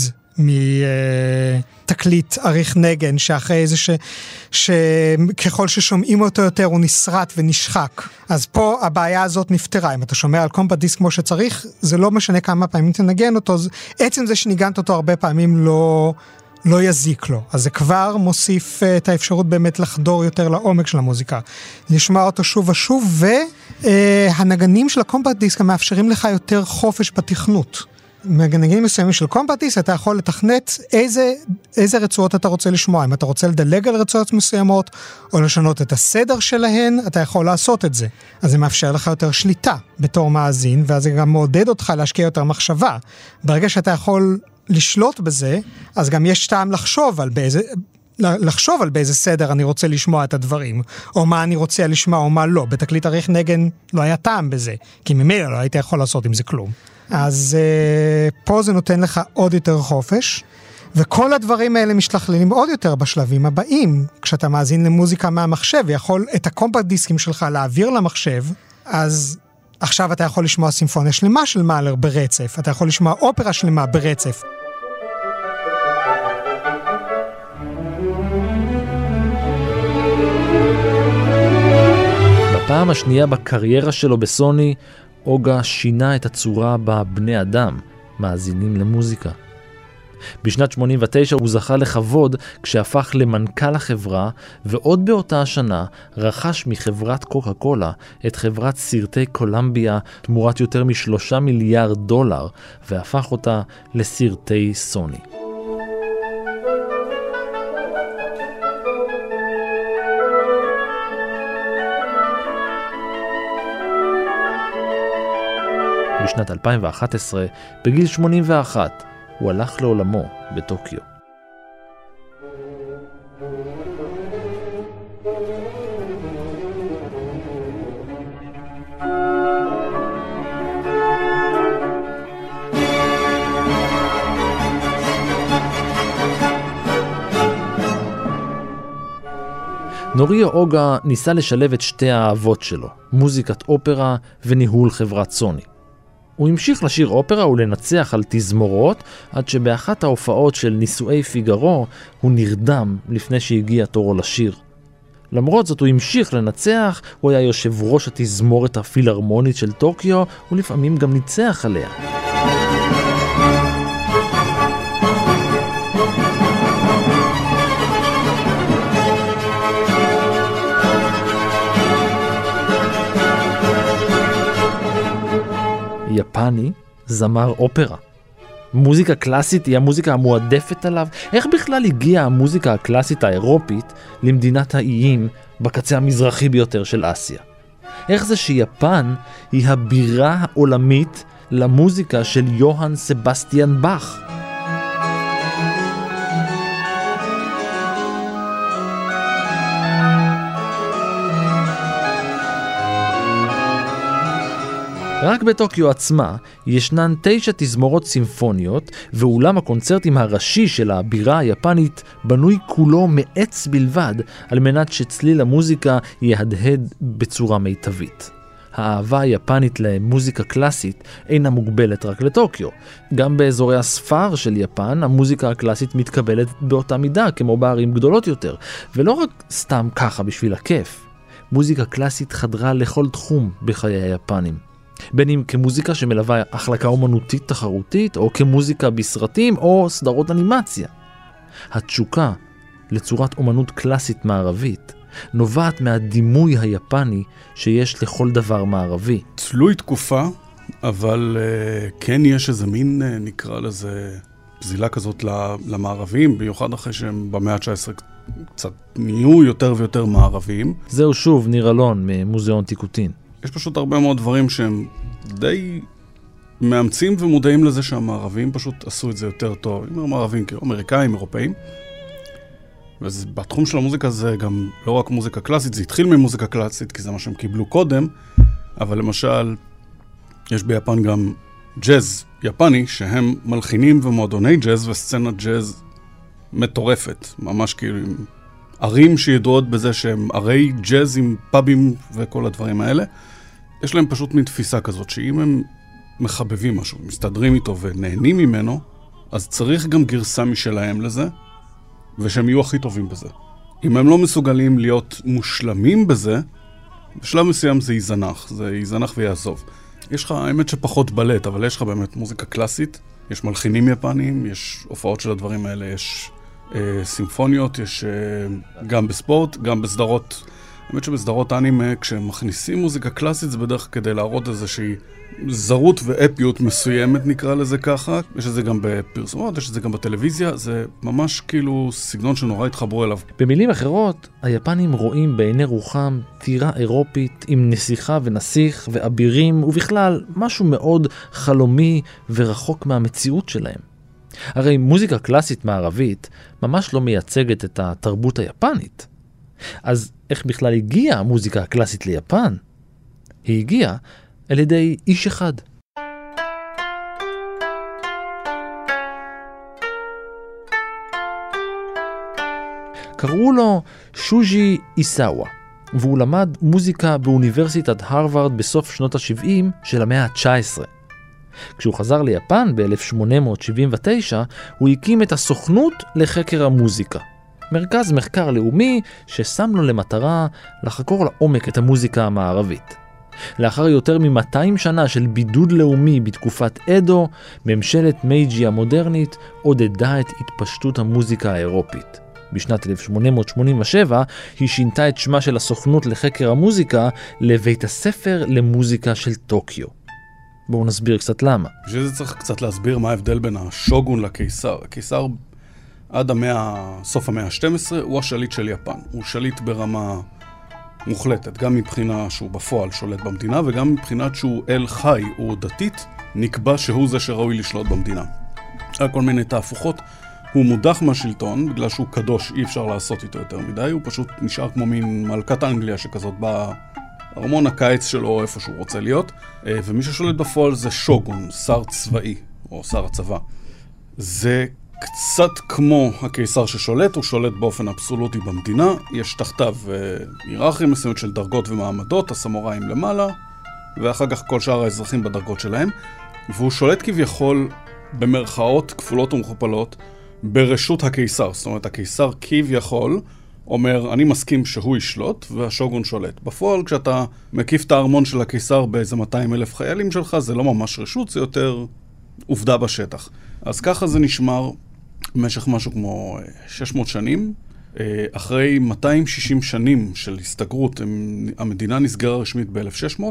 מתקליט אריך נגן, שאחרי זה שככל ששומעים אותו יותר הוא נסרט ונשחק. אז פה הבעיה הזאת נפתרה. אם אתה שומע על קומפקט דיסק כמו שצריך, זה לא משנה כמה פעמים תנגן אותו, עצם זה שניגנת אותו הרבה פעמים לא יזיק לו. אז זה כבר מוסיף את האפשרות באמת לחדור יותר לעומק של המוזיקה. לשמוע אותו שוב ושוב, והנגנים של הקומפקט דיסק מאפשרים לך יותר חופש בתכנות. מנגנים מסוימים של קומפקט דיסק, אתה יכול לתכנת איזה רצועות אתה רוצה לשמוע. אם אתה רוצה לדלג על רצועות מסוימות, או לשנות את הסדר שלהן, אתה יכול לעשות את זה. אז זה מאפשר לך יותר שליטה בתור מאזין, ואז זה גם מעודד אותך להשקיע יותר מחשבה. ברגע שאתה יכול לשלוט בזה, אז גם יש טעם לחשוב על באיזה סדר אני רוצה לשמוע את הדברים, או מה אני רוצה לשמוע או מה לא. בתקליט אריך נגן לא היה טעם בזה, כי ממילא לא היית יכול לעשות עם זה כלום. אז פה זה נותן לך עוד יותר חופש, וכל הדברים האלה משתכללים עוד יותר בשלבים הבאים. כשאתה מאזין למוזיקה מהמחשב, יכול את הקומפקט דיסקים שלך להעביר למחשב, אז עכשיו אתה יכול לשמוע סימפוניה שלמה של מאלר ברצף, אתה יכול לשמוע אופרה שלמה ברצף. בפעם השנייה בקריירה שלו בסוני, אוגה שינה את הצורה בה בני אדם מאזינים למוזיקה. בשנת 89 הוא זכה לכבוד כשהפך למנכ"ל החברה, ועוד באותה השנה רכש מחברת קוקה קולה את חברת סרטי קולומביה תמורת יותר $3 מיליארד, והפך אותה לסרטי סוני. בשנת 2011, בגיל 81, הוא הלך לעולמו בטוקיו. נוריו אוגה ניסה לשלב את שתי האהבות שלו, מוזיקת אופרה וניהול חברת סוני. הוא המשיך לשיר אופרה ולנצח על תזמורות, עד שבאחת ההופעות של נישואי פיגארו הוא נרדם לפני שהגיע תורו לשיר. למרות זאת הוא המשיך לנצח, הוא היה יושב ראש התזמורת הפילהרמונית של טוקיו, ולפעמים גם ניצח עליה. יפני, זמר אופרה. מוזיקה קלאסית היא המוזיקה המועדפת עליו. איך בכלל הגיעה המוזיקה הקלאסית האירופית למדינת האיים בקצה המזרחי ביותר של אסיה? איך זה שיפן היא הבירה העולמית למוזיקה של יוהאן סבסטיאן באך? רק בטוקיו עצמה ישנן 9 תזמורות סימפוניות, ואולם הקונצרטים הראשי של הבירה היפנית בנוי כולו מעץ בלבד, על מנת שצליל המוזיקה יהדהד בצורה מיטבית. האהבה היפנית למוזיקה קלאסית אינה מוגבלת רק לטוקיו. גם באזורי הספר של יפן, המוזיקה הקלאסית מתקבלת באותה מידה, כמו בערים גדולות יותר. ולא רק סתם ככה בשביל הכיף. מוזיקה קלאסית חדרה לכל תחום בחיי היפנים. בין אם כמוזיקה שמלווה החלקה אומנותית תחרותית, או כמוזיקה בסרטים או סדרות אנימציה. התשוקה לצורת אומנות קלאסית מערבית נובעת מהדימוי היפני שיש לכל דבר מערבי. תלוי תקופה, אבל כן יש איזה מין, נקרא לזה, פזילה כזאת למערבים, במיוחד אחרי שהם במאה ה-19 קצת נהיו יותר ויותר מערביים. זהו שוב ניר אלון ממוזיאון טיקוטין. יש פשוט הרבה מאוד דברים שהם די מאמצים ומודעים לזה שהמערבים פשוט עשו את זה יותר טוב. מערבים כאילו אמריקאים, אירופאים. ובתחום של המוזיקה זה גם לא רק מוזיקה קלאסית, זה התחיל ממוזיקה קלאסית, כי זה מה שהם קיבלו קודם, אבל למשל, יש ביפן גם ג'אז יפני, שהם מלחינים ומועדוני ג'אז וסצנת ג'אז מטורפת, ממש כאילו עם ערים שידועות בזה שהם ערי ג'אז עם פאבים וכל הדברים האלה. יש להם פשוט מין תפיסה כזאת, שאם הם מחבבים משהו, מסתדרים איתו ונהנים ממנו, אז צריך גם גרסה משלהם לזה, ושהם יהיו הכי טובים בזה. אם הם לא מסוגלים להיות מושלמים בזה, בשלב מסוים זה ייזנח, זה ייזנח ויעזוב. יש לך, האמת שפחות בלט, אבל יש לך באמת מוזיקה קלאסית, יש מלחינים יפנים, יש הופעות של הדברים האלה, יש סימפוניות, יש גם בספורט, גם בסדרות. האמת שבסדרות אנימה, כשהם מכניסים מוזיקה קלאסית, זה בדרך כדי להראות איזושהי זרות ואפיות מסוימת, נקרא לזה ככה. יש את זה גם בפרסומות, יש את זה גם בטלוויזיה, זה ממש כאילו סגנון שנורא התחברו אליו. במילים אחרות, היפנים רואים בעיני רוחם טירה אירופית עם נסיכה ונסיך ואבירים, ובכלל משהו מאוד חלומי ורחוק מהמציאות שלהם. הרי מוזיקה קלאסית מערבית ממש לא מייצגת את התרבות היפנית. אז איך בכלל הגיעה המוזיקה הקלאסית ליפן? היא הגיעה על ידי איש אחד. קראו לו שוז'י איסאווה, והוא למד מוזיקה באוניברסיטת הרווארד בסוף שנות ה-70 של המאה ה-19. כשהוא חזר ליפן ב-1879, הוא הקים את הסוכנות לחקר המוזיקה. מרכז מחקר לאומי ששם לו למטרה לחקור לעומק את המוזיקה המערבית. לאחר יותר מ-200 שנה של בידוד לאומי בתקופת אדו, ממשלת מייג'י המודרנית עודדה את התפשטות המוזיקה האירופית. בשנת 1887 היא שינתה את שמה של הסוכנות לחקר המוזיקה לבית הספר למוזיקה של טוקיו. בואו נסביר קצת למה. בשביל זה צריך קצת להסביר מה ההבדל בין השוגון לקיסר. הקיסר עד סוף המאה ה-12 הוא השליט של יפן. הוא שליט ברמה מוחלטת, גם מבחינה שהוא בפועל שולט במדינה, וגם מבחינת שהוא אל חי, הוא דתית, נקבע שהוא זה שראוי לשלוט במדינה. היה כל מיני תהפוכות. הוא מודח מהשלטון, בגלל שהוא קדוש, אי אפשר לעשות איתו יותר מדי, הוא פשוט נשאר כמו מין מלכת אנגליה שכזאת בארמון הקיץ שלו, איפה שהוא רוצה להיות, ומי ששולט בפועל זה שוגון, שר צבאי, או שר הצבא. זה קצת כמו הקיסר ששולט, הוא שולט באופן אבסולוטי במדינה, יש תחתיו היררכיה מסוימת של דרגות ומעמדות, הסמוראים למעלה, ואחר כך כל שאר האזרחים בדרגות שלהם, והוא שולט כביכול במרכאות כפולות ומכופלות, ברשות הקיסר. זאת אומרת, הקיסר כביכול אומר, אני מסכים שהוא ישלוט, והשוגון שולט. בפועל, כשאתה מקיף את הארמון של הקיסר באיזה 200,000 חיילים שלך, זה לא ממש רשות, זה יותר עובדה בשטח. אז ככה זה נשמר במשך משהו כמו 600 שנים. אחרי 260 שנים של הסתגרות, המדינה נסגרה רשמית ב-1600,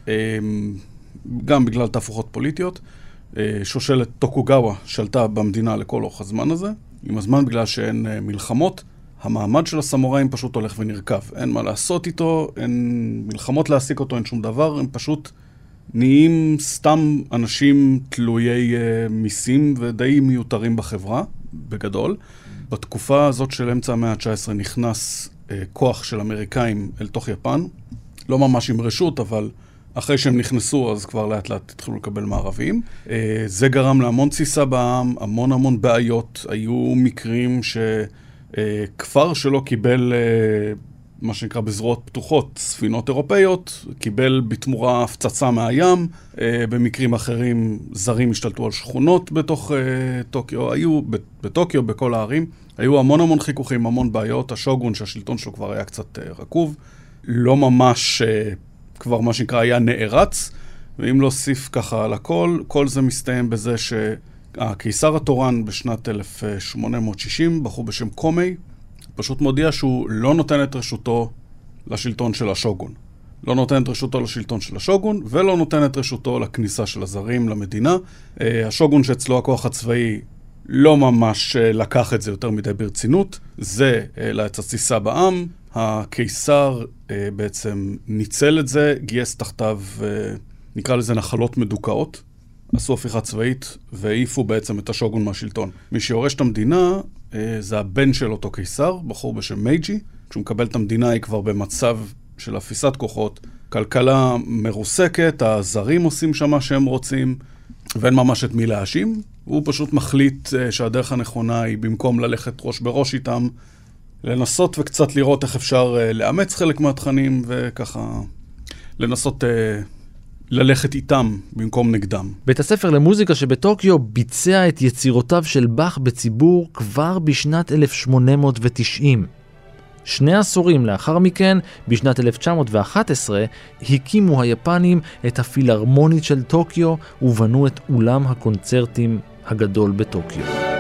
גם בגלל תהפוכות פוליטיות. שושלת טוקוגאווה שלטה במדינה לכל אורך הזמן הזה. עם הזמן, בגלל שאין מלחמות, המעמד של הסמוראים פשוט הולך ונרכב. אין מה לעשות איתו, אין מלחמות להשיג אותו, אין שום דבר, הם פשוט נהיים סתם אנשים תלויי מיסים ודי מיותרים בחברה, בגדול. בתקופה הזאת של אמצע המאה ה-19 נכנס כוח של אמריקאים אל תוך יפן, לא ממש עם רשות, אבל אחרי שהם נכנסו, אז כבר לאט לאט התחילו לקבל מערבים. זה גרם להמון תסיסה בעם, המון בעיות. היו מקרים שכפר שלא קיבל מה שנקרא בזרועות פתוחות, ספינות אירופאיות, קיבל בתמורה הפצצה מהים, במקרים אחרים זרים השתלטו על שכונות בתוך טוקיו, היו בטוקיו, בכל הערים, היו המון חיכוכים, המון בעיות, השוגון שהשלטון שלו כבר היה קצת רקוב, לא ממש כבר מה שנקרא היה נערץ, ואם להוסיף ככה על הכל, כל זה מסתיים בזה שהקיסר התורן בשנת 1860, בחור בשם קומי, פשוט מודיע שהוא לא נותן את רשותו לשלטון של השוגון. לא נותן את רשותו לשלטון של השוגון, ולא נותן את רשותו לכניסה של הזרים למדינה. השוגון שאצלו הכוח הצבאי לא ממש לקח את זה יותר מדי ברצינות. זה העלה את התסיסה בעם. הקיסר בעצם ניצל את זה, גייס תחתיו, נקרא לזה נחלות מדוכאות. עשו הפיכה צבאית והעיפו בעצם את השוגון מהשלטון. מי שיורש את המדינה זה הבן של אותו קיסר, בחור בשם מייג'י. כשהוא מקבל את המדינה היא כבר במצב של אפיסת כוחות, כלכלה מרוסקת, הזרים עושים שם מה שהם רוצים, ואין ממש את מי להאשים. הוא פשוט מחליט שהדרך הנכונה היא במקום ללכת ראש בראש איתם, לנסות וקצת לראות איך אפשר לאמץ חלק מהתכנים, וככה לנסות ללכת איתם במקום נגדם. בית הספר למוזיקה שבטוקיו ביצע את יצירותיו של באך בציבור כבר בשנת 1890. 2 עשורים לאחר מכן, בשנת 1911, הקימו היפנים את הפילהרמונית של טוקיו ובנו את אולם הקונצרטים הגדול בטוקיו.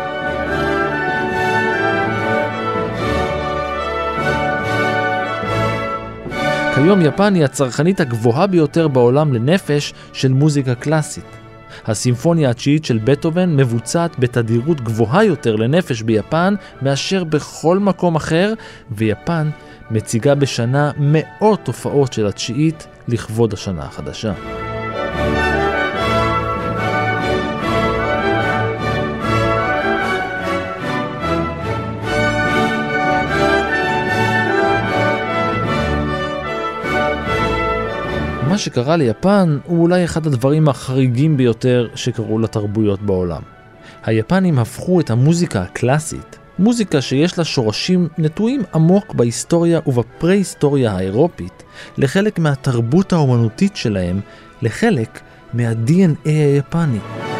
כיום יפן היא הצרכנית הגבוהה ביותר בעולם לנפש של מוזיקה קלאסית. הסימפוניה התשיעית של בטהובן מבוצעת בתדירות גבוהה יותר לנפש ביפן מאשר בכל מקום אחר, ויפן מציגה בשנה מאות הופעות של התשיעית לכבוד השנה החדשה. מה שקרה ליפן הוא אולי אחד הדברים החריגים ביותר שקרו לתרבויות בעולם. היפנים הפכו את המוזיקה הקלאסית, מוזיקה שיש לה שורשים נטועים עמוק בהיסטוריה ובפרה-היסטוריה האירופית, לחלק מהתרבות האומנותית שלהם, לחלק מה-DNA היפני.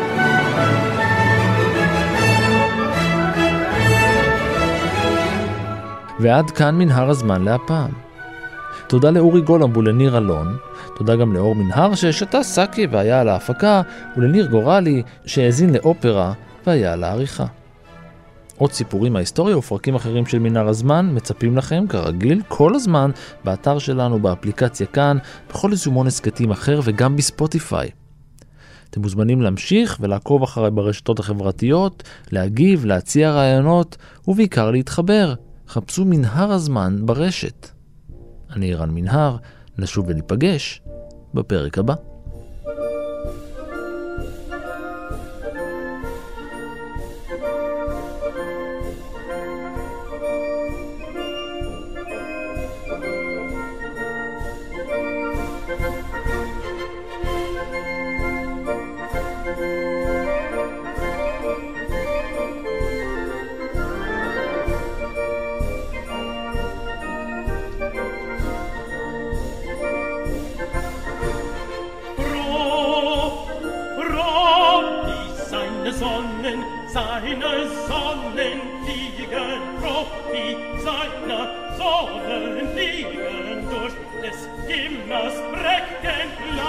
ועד כאן מנהר הזמן להפעם. תודה לאורי גולומב ולניר אלון, תודה גם לאור מנהר ששתה סאקי והיה על ההפקה, ולניר גורלי שהאזין לאופרה והיה על העריכה. עוד סיפורים מההיסטוריה ופרקים אחרים של מנהר הזמן מצפים לכם כרגיל כל הזמן באתר שלנו, באפליקציה כאן, בכל יישומון הסקטים אחר וגם בספוטיפיי. אתם מוזמנים להמשיך ולעקוב אחרי ברשתות החברתיות, להגיב, להציע רעיונות ובעיקר להתחבר. חפשו מנהר הזמן ברשת. אני אירן מנהר, נשוב וניפגש בפרק הבא. Sonnen liegen durch des Himmels Brecken